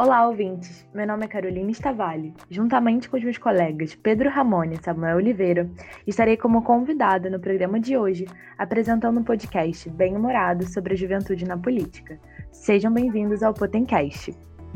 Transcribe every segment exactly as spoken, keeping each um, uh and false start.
Olá, ouvintes! Meu nome é Carolina Stavali. Juntamente com os meus colegas Pedro Ramone e Samuel Oliveira, estarei como convidada no programa de hoje, apresentando um podcast bem-humorado sobre a juventude na política. Sejam bem-vindos ao Potencast.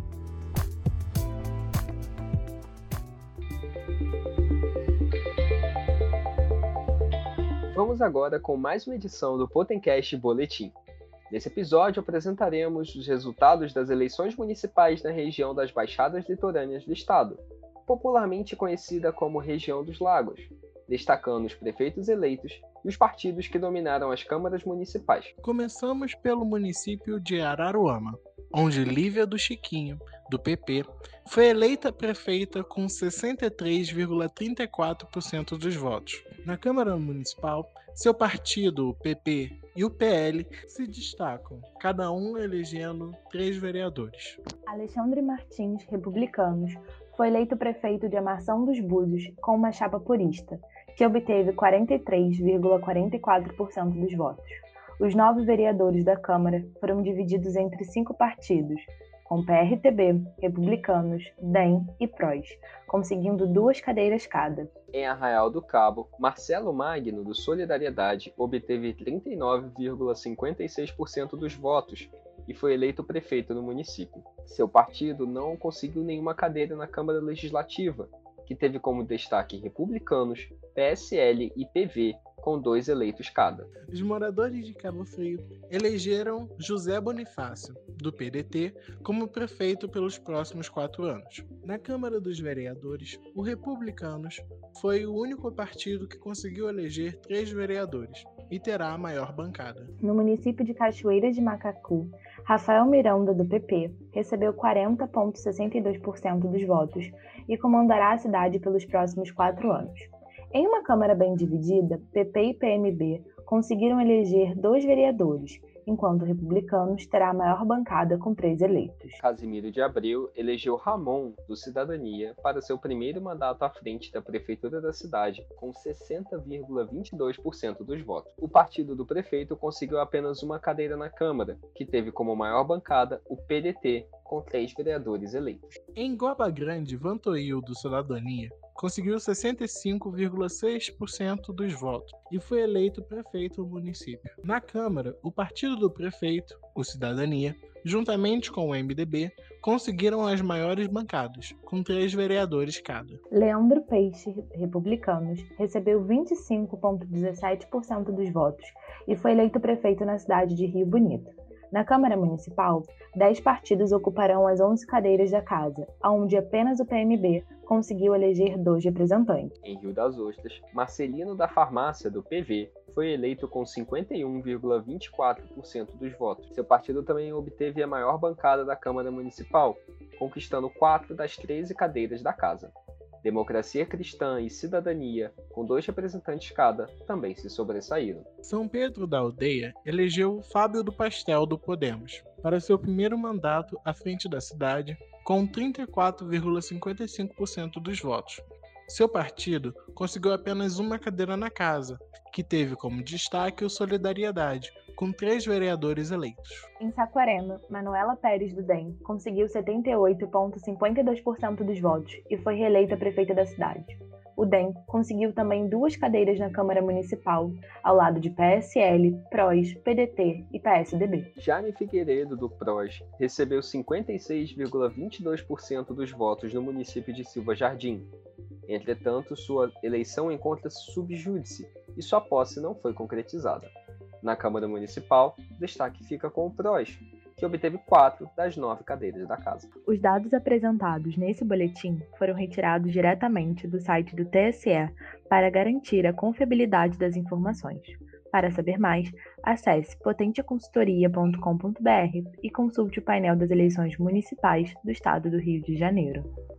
Vamos agora com mais uma edição do Potencast Boletim. Nesse episódio apresentaremos os resultados das eleições municipais na região das Baixadas Litorâneas do estado, popularmente conhecida como região dos Lagos, destacando os prefeitos eleitos e os partidos que dominaram as câmaras municipais. Começamos pelo município de Araruama, onde Lívia do Chiquinho, do P P, foi eleita prefeita com sessenta e três vírgula trinta e quatro por cento dos votos. Na Câmara Municipal, seu partido, o P P, e o P L se destacam, cada um elegendo três vereadores. Alexandre Martins, republicanos, foi eleito prefeito de Amarção dos Búzios com uma chapa purista, que obteve quarenta e três vírgula quarenta e quatro por cento dos votos. Os nove vereadores da Câmara foram divididos entre cinco partidos, com P R T B, Republicanos, D E M e P R O S, conseguindo duas cadeiras cada. Em Arraial do Cabo, Marcelo Magno, do Solidariedade, obteve trinta e nove vírgula cinquenta e seis por cento dos votos e foi eleito prefeito no município. Seu partido não conseguiu nenhuma cadeira na Câmara Legislativa, que teve como destaque Republicanos, P S L e P V, com dois eleitos cada. Os moradores de Cabo Frio elegeram José Bonifácio, do P D T, como prefeito pelos próximos quatro anos. Na Câmara dos Vereadores, o Republicanos foi o único partido que conseguiu eleger três vereadores e terá a maior bancada. No município de Cachoeira de Macacu, Rafael Miranda, do P P, recebeu quarenta vírgula sessenta e dois por cento dos votos e comandará a cidade pelos próximos quatro anos. Em uma Câmara bem dividida, P P e P M B conseguiram eleger dois vereadores, enquanto o Republicanos terá a maior bancada com três eleitos. Casimiro de Abreu elegeu Ramon, do Cidadania, para seu primeiro mandato à frente da prefeitura da cidade, com sessenta vírgula vinte e dois por cento dos votos. O partido do prefeito conseguiu apenas uma cadeira na Câmara, que teve como maior bancada o P D T, com três vereadores eleitos. Em Guaba Grande, Vantoil, do Cidadania, conseguiu sessenta e cinco vírgula seis por cento dos votos e foi eleito prefeito do município. Na Câmara, o partido do prefeito, o Cidadania, juntamente com o M D B, conseguiram as maiores bancadas, com três vereadores cada. Leandro Peixe, Republicanos, recebeu vinte e cinco vírgula dezessete por cento dos votos e foi eleito prefeito na cidade de Rio Bonito. Na Câmara Municipal, dez partidos ocuparão as onze cadeiras da casa, onde apenas o P M B conseguiu eleger dois representantes. Em Rio das Ostras, Marcelino da Farmácia, do P V, foi eleito com cinquenta e um vírgula vinte e quatro por cento dos votos. Seu partido também obteve a maior bancada da Câmara Municipal, conquistando quatro das treze cadeiras da casa. Democracia Cristã e Cidadania, com dois representantes cada, também se sobressaíram. São Pedro da Aldeia elegeu Fábio do Pastel, do Podemos, para seu primeiro mandato à frente da cidade, com trinta e quatro vírgula cinquenta e cinco por cento dos votos. Seu partido conseguiu apenas uma cadeira na casa, que teve como destaque o Solidariedade, com três vereadores eleitos. Em Saquarema, Manuela Pérez, do D E M, conseguiu setenta e oito vírgula cinquenta e dois por cento dos votos e foi reeleita prefeita da cidade. O D E M conseguiu também duas cadeiras na Câmara Municipal, ao lado de P S L, P R O S, P D T e P S D B. Jaime Figueiredo, do P R O S, recebeu cinquenta e seis vírgula vinte e dois por cento dos votos no município de Silva Jardim. Entretanto, sua eleição encontra-se sub júdice e sua posse não foi concretizada. Na Câmara Municipal, o destaque fica com o P R O S, que obteve quatro das nove cadeiras da casa. Os dados apresentados nesse boletim foram retirados diretamente do site do T S E para garantir a confiabilidade das informações. Para saber mais, acesse potenteconsultoria ponto com ponto b r e consulte o painel das eleições municipais do estado do Rio de Janeiro.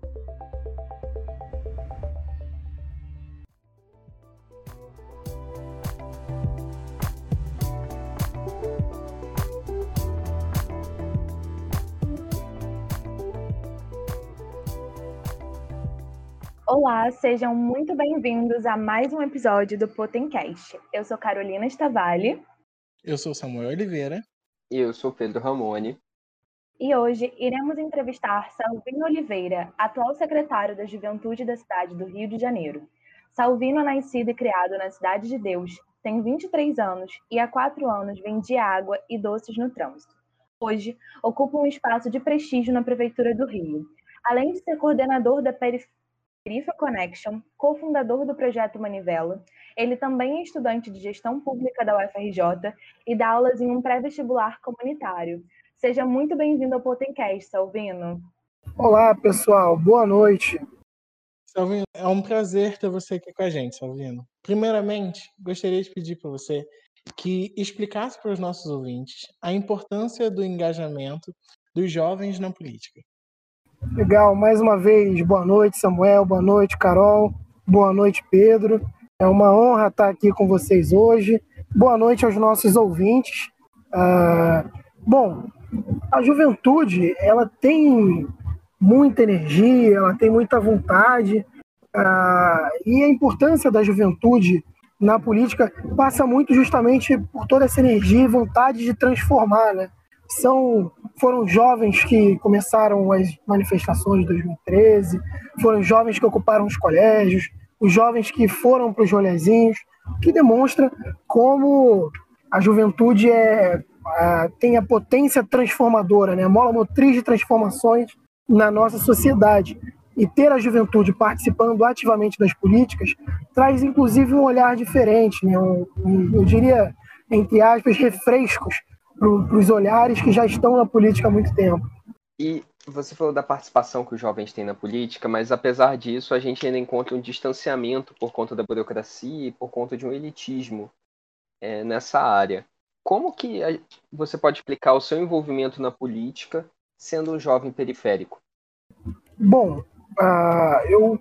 Olá, sejam muito bem-vindos a mais um episódio do Potencast. Eu sou Carolina Stavali. Eu sou Samuel Oliveira. E eu sou Pedro Ramone. E hoje iremos entrevistar Salvino Oliveira, atual secretário da Juventude da cidade do Rio de Janeiro. Salvino é nascido e criado na Cidade de Deus, tem vinte e três anos e há quatro anos vendia água e doces no trânsito. Hoje, ocupa um espaço de prestígio na Prefeitura do Rio. Além de ser coordenador da Perifa Connection, cofundador do projeto Manivela, ele também é estudante de gestão pública da U F R J e dá aulas em um pré-vestibular comunitário. Seja muito bem-vindo ao Potencast, Salvino. Olá, pessoal. Boa noite. Salvino, é um prazer ter você aqui com a gente, Salvino. Primeiramente, gostaria de pedir para você que explicasse para os nossos ouvintes a importância do engajamento dos jovens na política. Legal. Mais uma vez, boa noite, Samuel. Boa noite, Carol. Boa noite, Pedro. É uma honra estar aqui com vocês hoje. Boa noite aos nossos ouvintes. Uh, bom, a juventude, ela tem muita energia, ela tem muita vontade, uh, e a importância da juventude na política passa muito justamente por toda essa energia e vontade de transformar, né? São, foram jovens que começaram as manifestações de dois mil e treze, foram jovens que ocuparam os colégios, os jovens que foram para os rolezinhos, que demonstra como a juventude é, é, tem a potência transformadora, né? A mola motriz de transformações na nossa sociedade. E ter a juventude participando ativamente das políticas traz, inclusive, um olhar diferente, né? um, um, eu diria, entre aspas, refrescos para os olhares que já estão na política há muito tempo. E você falou da participação que os jovens têm na política, mas apesar disso, a gente ainda encontra um distanciamento por conta da burocracia e por conta de um elitismo é, nessa área. Como que a, você pode explicar o seu envolvimento na política sendo um jovem periférico? Bom, uh, eu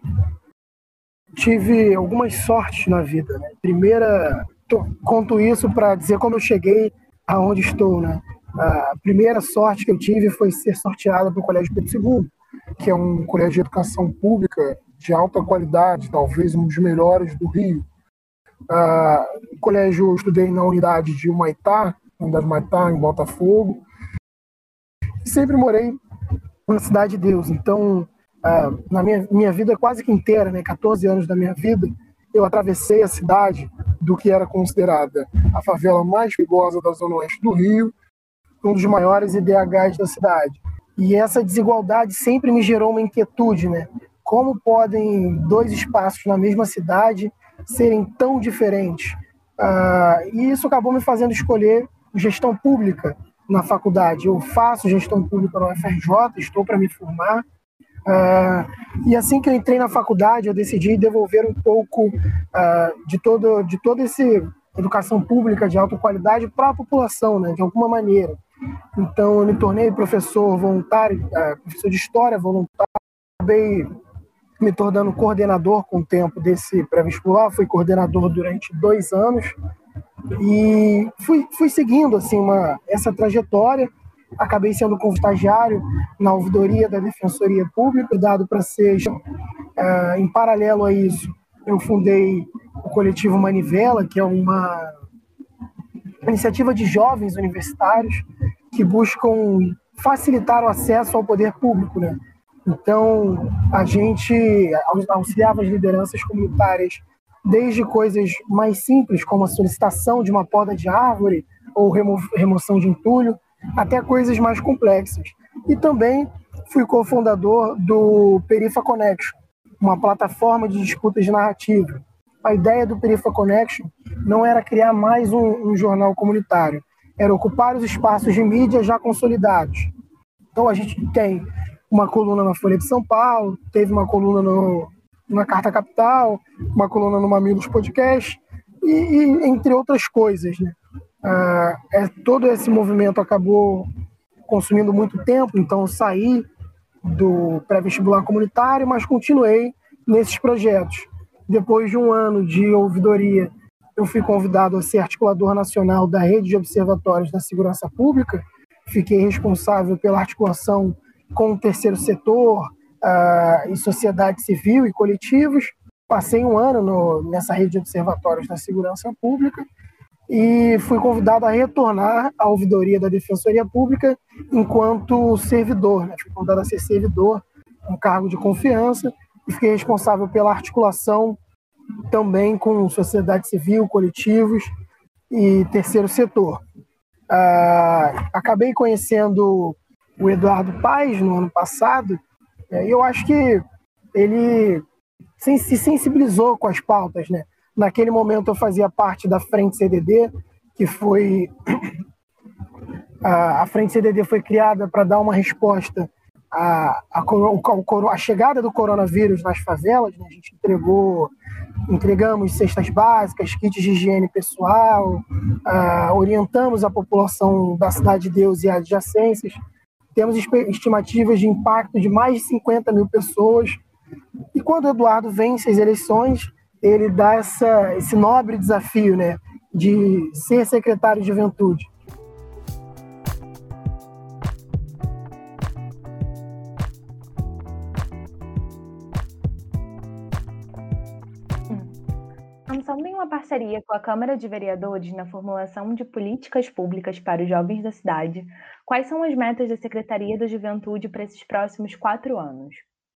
tive algumas sortes na vida, né? Primeira, tô, conto isso para dizer como eu cheguei aonde estou, né? A primeira sorte que eu tive foi ser sorteado para o Colégio Pedro segundo, que é um colégio de educação pública de alta qualidade, talvez um dos melhores do Rio. Uh, o colégio eu estudei na unidade de Humaitá, unidade de Humaitá, em Botafogo. E sempre morei na Cidade de Deus. Então, uh, na minha, minha vida quase que inteira, né, catorze anos da minha vida, eu atravessei a cidade do que era considerada a favela mais perigosa da zona oeste do Rio, um dos maiores I D Hs da cidade. E essa desigualdade sempre me gerou uma inquietude, né? Como podem dois espaços na mesma cidade serem tão diferentes? Uh, e isso acabou me fazendo escolher gestão pública na faculdade. Eu faço gestão pública na U F R J, estou para me formar. Uh, e assim que eu entrei na faculdade, eu decidi devolver um pouco uh, de todo de toda essa educação pública de alta qualidade para a população, né, de alguma maneira. Então, eu me tornei professor voluntário, uh, professor de história voluntário, acabei me tornando coordenador com o tempo desse pré-vestibular, fui coordenador durante dois anos e fui, fui seguindo assim, uma, essa trajetória. Acabei sendo estagiário na ouvidoria da Defensoria Pública, dado para ser, uh, em paralelo a isso, eu fundei o coletivo Manivela, que é uma iniciativa de jovens universitários que buscam facilitar o acesso ao poder público, né? Então, a gente auxiliava as lideranças comunitárias desde coisas mais simples, como a solicitação de uma poda de árvore ou remo- remoção de entulho, até coisas mais complexas. E também fui cofundador do Perifa Connection, uma plataforma de disputas de narrativa. A ideia do Perifa Connection não era criar mais um, um jornal comunitário, era ocupar os espaços de mídia já consolidados. Então a gente tem uma coluna na Folha de São Paulo, teve uma coluna no, na Carta Capital, uma coluna no Mamilos Podcast, e, e entre outras coisas, né? Uh, é, todo esse movimento acabou consumindo muito tempo, então eu saí do pré-vestibular comunitário, mas continuei nesses projetos. Depois de um ano de ouvidoria, eu fui convidado a ser articulador nacional da Rede de Observatórios da Segurança Pública, fiquei responsável pela articulação com o terceiro setor uh, e sociedade civil e coletivos. Passei um ano no, nessa Rede de Observatórios da Segurança Pública e fui convidado a retornar à ouvidoria da Defensoria Pública enquanto servidor, né? Fui convidado a ser servidor, um cargo de confiança, e fiquei responsável pela articulação também com sociedade civil, coletivos e terceiro setor. Ah, acabei conhecendo o Eduardo Paes no ano passado, e eu acho que ele se sensibilizou com as pautas, né? Naquele momento eu fazia parte da Frente C D D, que foi... A Frente C D D foi criada para dar uma resposta à, à, à chegada do coronavírus nas favelas, né? A gente entregou, entregamos cestas básicas, kits de higiene pessoal, uh, orientamos a população da Cidade de Deus e adjacências. Temos estimativas de impacto de mais de cinquenta mil pessoas. E quando o Eduardo vence as eleições, ele dá essa, esse nobre desafio, né, de ser secretário de Juventude. Pensando em uma parceria com a Câmara de Vereadores na formulação de políticas públicas para os jovens da cidade, quais são as metas da Secretaria da Juventude para esses próximos quatro anos?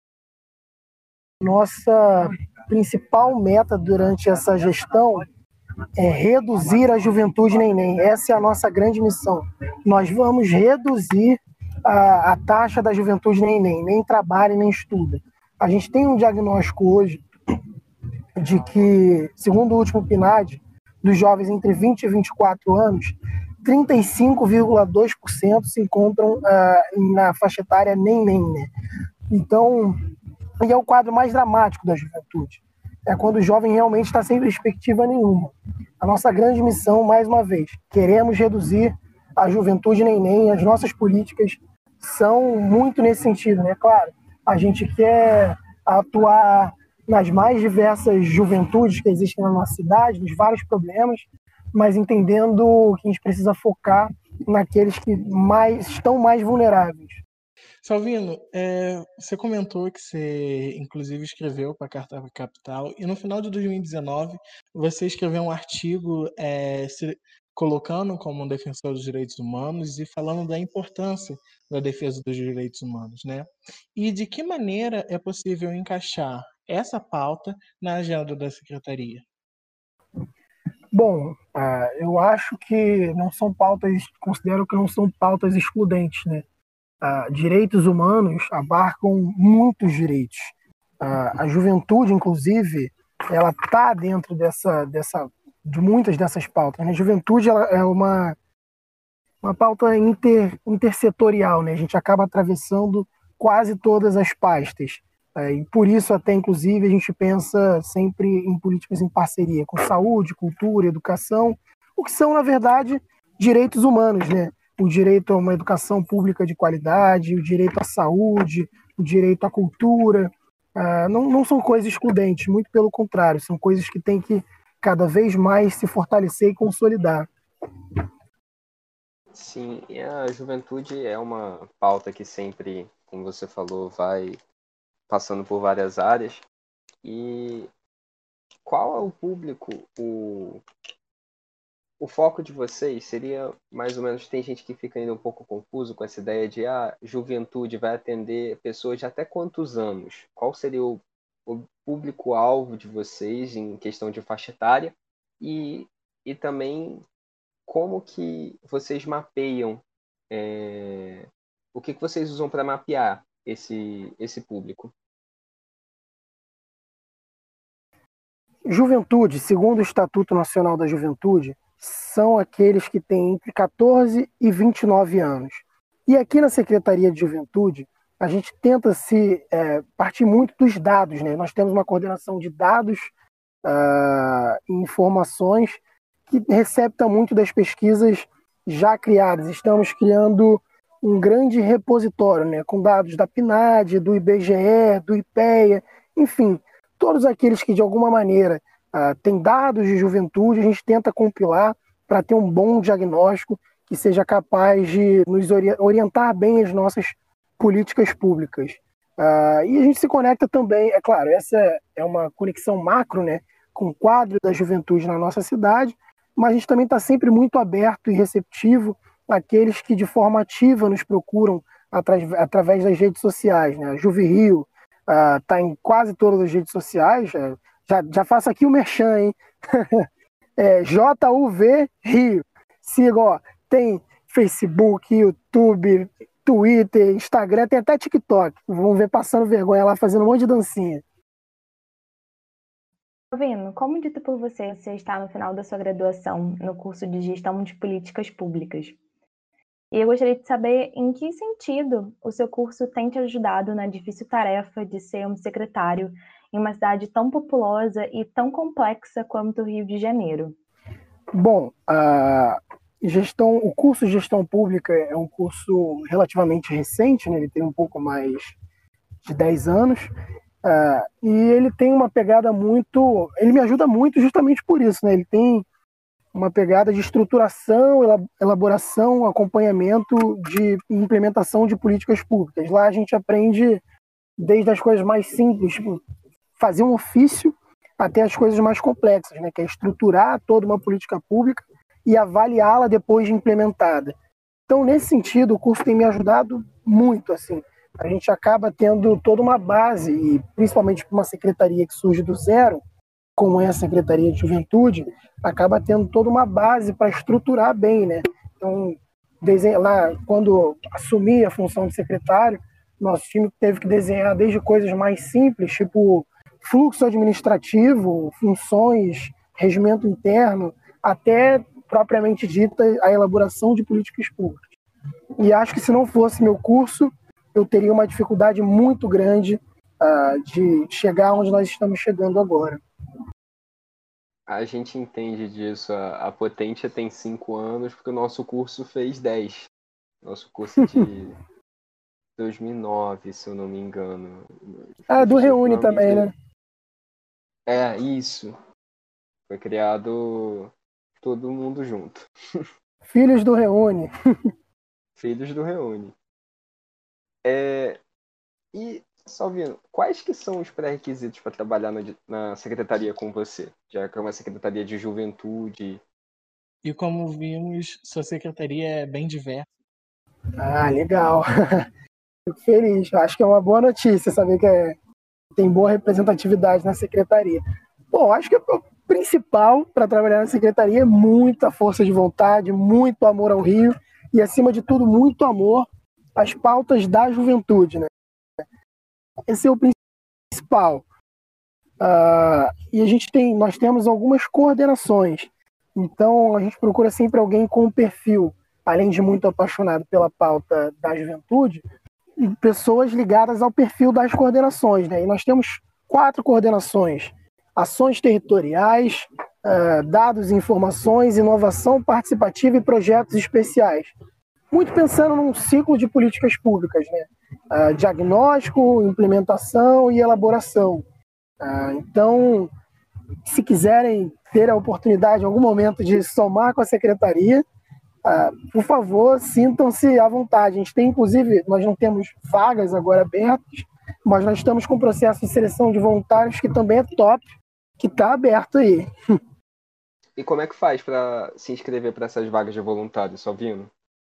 Nossa principal meta durante essa gestão é reduzir a juventude neném. Essa é a nossa grande missão. Nós vamos reduzir a, a taxa da juventude neném, nem trabalha, nem estuda. A gente tem um diagnóstico hoje de que, segundo o último P N A D, dos jovens entre vinte e vinte e quatro anos, trinta e cinco vírgula dois por cento se encontram uh, na faixa etária neném, né? Então, e é o quadro mais dramático da juventude. É quando o jovem realmente está sem perspectiva nenhuma. A nossa grande missão, mais uma vez, queremos reduzir a juventude neném. As nossas políticas são muito nesse sentido, né? Claro, a gente quer atuar nas mais diversas juventudes que existem na nossa cidade, nos vários problemas, mas entendendo que a gente precisa focar naqueles que mais, estão mais vulneráveis. Salvino, é, você comentou que você, inclusive, escreveu para a Carta Capital e no final de dois mil e dezenove você escreveu um artigo é, se colocando como um defensor dos direitos humanos e falando da importância da defesa dos direitos humanos, né? E de que maneira é possível encaixar essa pauta na agenda da Secretaria? Bom, uh, eu acho que não são pautas, considero que não são pautas excludentes, né? Uh, direitos humanos abarcam muitos direitos. Uh, a juventude, inclusive, ela está dentro dessa, dessa, de muitas dessas pautas, né? A juventude ela é uma, uma pauta inter, intersetorial, né? A gente acaba atravessando quase todas as pastas. Uh, e por isso, até, inclusive, a gente pensa sempre em políticas em parceria com saúde, cultura, educação, o que são, na verdade, direitos humanos, né? O direito a uma educação pública de qualidade, o direito à saúde, o direito à cultura, uh, não, não são coisas excludentes, muito pelo contrário, são coisas que têm que cada vez mais se fortalecer e consolidar. Sim, e a juventude é uma pauta que sempre, como você falou, vai passando por várias áreas. E qual é o público, o... O foco de vocês seria, mais ou menos, tem gente que fica ainda um pouco confuso com essa ideia de a ah, juventude vai atender pessoas de até quantos anos? Qual seria o, o público-alvo de vocês em questão de faixa etária? E, e também como que vocês mapeiam, é, o que, que vocês usam para mapear esse, esse público? Juventude, segundo o Estatuto Nacional da Juventude, são aqueles que têm entre catorze e vinte e nove anos. E aqui na Secretaria de Juventude, a gente tenta se é, partir muito dos dados, né? Nós temos uma coordenação de dados uh, e informações que recepta muito das pesquisas já criadas. Estamos criando um grande repositório, né? Com dados da P N A D, do I B G E, do IPEA, enfim, todos aqueles que de alguma maneira Uh, tem dados de juventude, a gente tenta compilar para ter um bom diagnóstico que seja capaz de nos ori- orientar bem as nossas políticas públicas. Uh, e a gente se conecta também, é claro, essa é uma conexão macro, né, com o quadro da juventude na nossa cidade, mas a gente também está sempre muito aberto e receptivo àqueles que de forma ativa nos procuram atra através das redes sociais, né? A Juve Rio está uh, em quase todas as redes sociais, uh, já, já faço aqui o merchan, hein? é, J U V Rio. Siga, ó, tem Facebook, YouTube, Twitter, Instagram, tem até TikTok. Vamos ver passando vergonha lá, fazendo um monte de dancinha. Salvino, como dito por você, você está no final da sua graduação no curso de Gestão de Políticas Públicas. E eu gostaria de saber em que sentido o seu curso tem te ajudado na difícil tarefa de ser um secretário em uma cidade tão populosa e tão complexa quanto o Rio de Janeiro. Bom, a gestão, o curso de Gestão Pública é um curso relativamente recente, né? Ele tem um pouco mais de dez anos. Uh, e ele tem uma pegada muito... Ele me ajuda muito justamente por isso, né? Ele tem uma pegada de estruturação, elaboração, acompanhamento de implementação de políticas públicas. Lá a gente aprende desde as coisas mais simples, tipo, fazer um ofício, até as coisas mais complexas, né? Que é estruturar toda uma política pública e avaliá-la depois de implementada. Então, nesse sentido, o curso tem me ajudado muito, assim. A gente acaba tendo toda uma base, e principalmente para uma secretaria que surge do zero, como é a Secretaria de Juventude, acaba tendo toda uma base para estruturar bem, né? Então, lá, quando assumi a função de secretário, nosso time teve que desenhar desde coisas mais simples, tipo fluxo administrativo, funções, regimento interno, até propriamente dita a elaboração de políticas públicas. E acho que se não fosse meu curso, eu teria uma dificuldade muito grande uh, de chegar onde nós estamos chegando agora. A gente entende disso. A, a Potência tem cinco anos, porque o nosso curso fez dez. Nosso curso de dois mil e nove, se eu não me engano. Ah, do Reúne também, né? É, isso. Foi criado todo mundo junto. Filhos do Reúne. Filhos do Reúne. É, e, Salvino, quais que são os pré-requisitos para trabalhar na, na secretaria com você? Já que é uma secretaria de juventude. E como vimos, sua secretaria é bem diversa. Ah, legal. Fico feliz. Acho que é uma boa notícia saber que é, tem boa representatividade na secretaria. Bom, acho que o principal para trabalhar na secretaria é muita força de vontade, muito amor ao Rio e, acima de tudo, muito amor às pautas da juventude, né? Esse é o principal. Uh, e a gente tem, nós temos algumas coordenações. Então, a gente procura sempre alguém com um perfil, além de muito apaixonado pela pauta da juventude, e pessoas ligadas ao perfil das coordenações, né? E nós temos quatro coordenações: ações territoriais, uh, dados e informações, inovação participativa e projetos especiais. Muito pensando num ciclo de políticas públicas, né? Uh, diagnóstico, implementação e elaboração. Uh, então, se quiserem ter a oportunidade em algum momento de somar com a secretaria, uh, por favor, sintam-se à vontade. A gente tem, inclusive, nós não temos vagas agora abertas, mas nós estamos com um processo de seleção de voluntários que também é top, que está aberto aí. E como é que faz para se inscrever para essas vagas de voluntário, Salvino?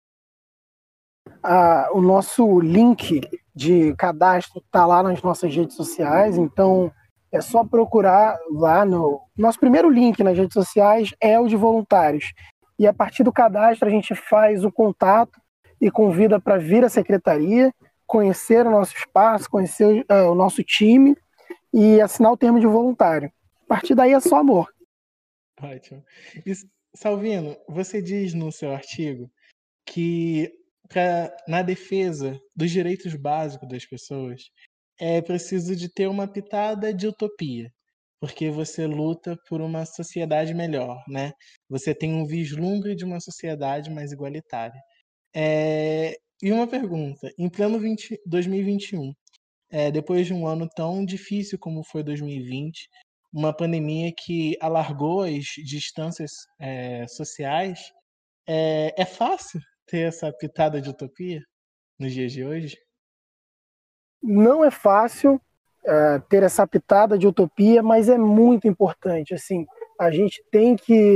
Ah, o nosso link de cadastro está lá nas nossas redes sociais, então é só procurar lá no... Nosso primeiro link nas redes sociais é o de voluntários. E a partir do cadastro a gente faz o contato e convida para vir à secretaria, conhecer o nosso espaço, conhecer uh, o nosso time e assinar o termo de voluntário. A partir daí é só amor. Ótimo. E, Salvino, você diz no seu artigo que pra, na defesa dos direitos básicos das pessoas é preciso de ter uma pitada de utopia, porque você luta por uma sociedade melhor, né? Você tem um vislumbre de uma sociedade mais igualitária. É, e uma pergunta, em pleno vinte, dois mil e vinte e um, é, depois de um ano tão difícil como foi dois mil e vinte, uma pandemia que alargou as distâncias é, sociais, é, é fácil ter essa pitada de utopia nos dias de hoje? Não é fácil uh, ter essa pitada de utopia, mas é muito importante. Assim, a gente tem que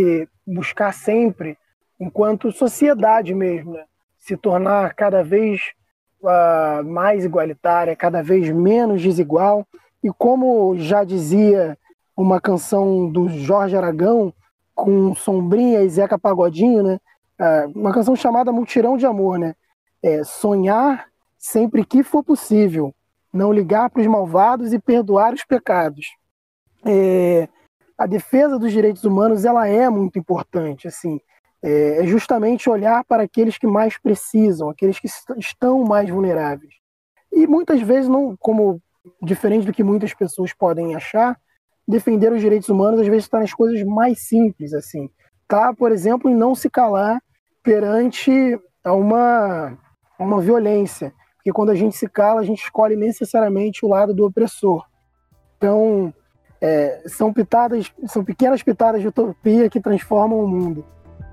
buscar sempre, enquanto sociedade mesmo, né? Se tornar cada vez uh, mais igualitária, cada vez menos desigual. E como já dizia uma canção do Jorge Aragão, com Sombrinha e Zeca Pagodinho, né? Uh, uma canção chamada Mutirão de Amor, né? É, sonhar sempre que for possível, não ligar para os malvados e perdoar os pecados. É, a defesa dos direitos humanos ela é muito importante, assim, é, é justamente olhar para aqueles que mais precisam, aqueles que est- estão mais vulneráveis. E muitas vezes, não, como diferente do que muitas pessoas podem achar, defender os direitos humanos às vezes está nas coisas mais simples, assim. Tá, por exemplo, em não se calar perante a uma, a uma violência, porque quando a gente se cala, a gente escolhe necessariamente o lado do opressor. Então, é, são pitadas, são pequenas pitadas de utopia que transformam o mundo.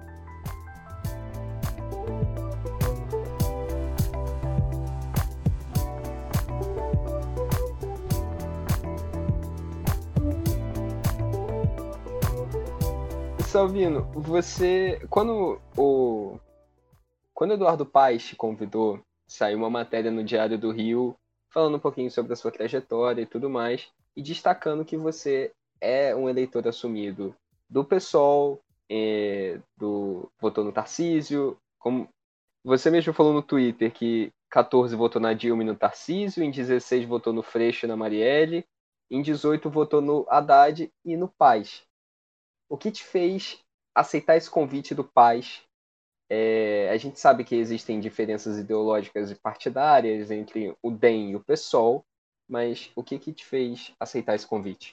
Salvino, você, quando o quando o Eduardo Paes te convidou, saiu uma matéria no Diário do Rio falando um pouquinho sobre a sua trajetória e tudo mais, e destacando que você é um eleitor assumido do PSOL, é, do, votou no Tarcísio, como você mesmo falou no Twitter que quatorze votou na Dilma e no Tarcísio, em dezesseis votou no Freixo e na Marielle, em dezoito votou no Haddad e no Paes. O que te fez aceitar esse convite do Paes? É, a gente sabe que existem diferenças ideológicas e partidárias entre o D E M e o PSOL, mas o que, que te fez aceitar esse convite?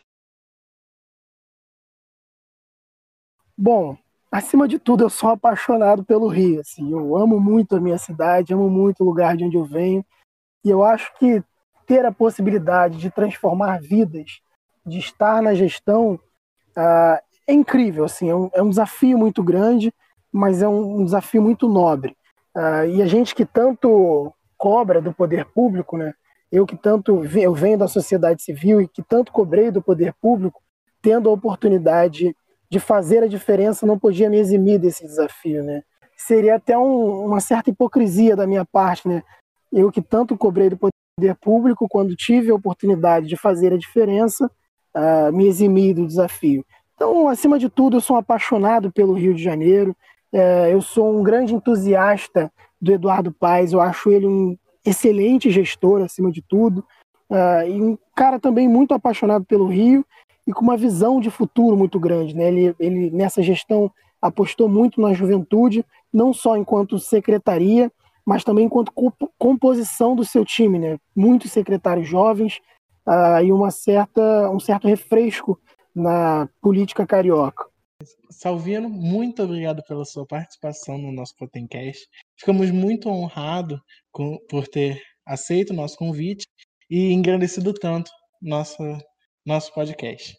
Bom, acima de tudo, eu sou apaixonado pelo Rio. Assim, eu amo muito a minha cidade, amo muito o lugar de onde eu venho. E eu acho que ter a possibilidade de transformar vidas, de estar na gestão, uh, é incrível. Assim, é, um, é um desafio muito grande, mas é um, um desafio muito nobre. Uh, e a gente que tanto cobra do poder público, né? Eu que tanto eu venho da sociedade civil e que tanto cobrei do poder público, tendo a oportunidade de fazer a diferença, não podia me eximir desse desafio, né? Seria até um, uma certa hipocrisia da minha parte, né? Eu que tanto cobrei do poder público, quando tive a oportunidade de fazer a diferença, uh, me eximir do desafio. Então, acima de tudo, eu sou um apaixonado pelo Rio de Janeiro, uh, eu sou um grande entusiasta do Eduardo Paes, eu acho ele um excelente gestor, acima de tudo, uh, e um cara também muito apaixonado pelo Rio e com uma visão de futuro muito grande, né? Ele, ele, nessa gestão, apostou muito na juventude, não só enquanto secretaria, mas também enquanto composição do seu time, né? Muitos secretários jovens uh, e uma certa, um certo refresco na política carioca. Salvino, muito obrigado pela sua participação no nosso Potencast. Ficamos muito honrados com, por ter aceito o nosso convite e engrandecido tanto nosso, nosso podcast.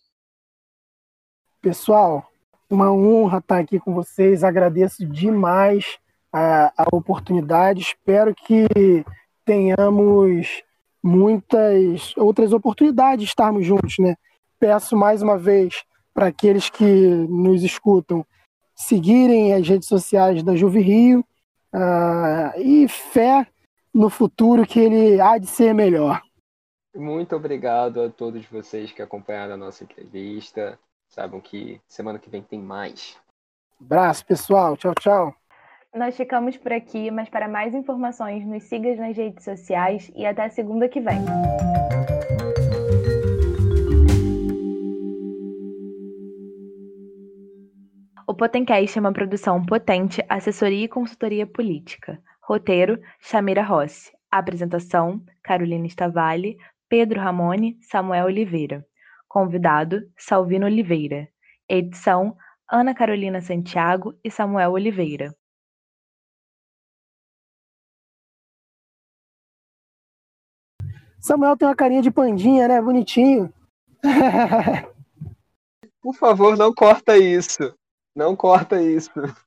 Pessoal, uma honra estar aqui com vocês. Agradeço demais a, a oportunidade. Espero que tenhamos muitas outras oportunidades de estarmos juntos, né? Peço mais uma vez para aqueles que nos escutam seguirem as redes sociais da Juve Rio uh, e fé no futuro que ele há de ser melhor. Muito obrigado a todos vocês que acompanharam a nossa entrevista. Saibam que semana que vem tem mais. Abraço, pessoal. Tchau, tchau. Nós ficamos por aqui, mas para mais informações, nos siga nas redes sociais e até segunda que vem. O Potencast é uma produção potente, assessoria e consultoria política. Roteiro, Chamira Rossi. Apresentação, Carolina Stavali, Pedro Ramone, Samuel Oliveira. Convidado, Salvino Oliveira. Edição, Ana Carolina Santiago e Samuel Oliveira. Samuel tem uma carinha de pandinha, né? Bonitinho. Por favor, não corta isso. Não corta isso.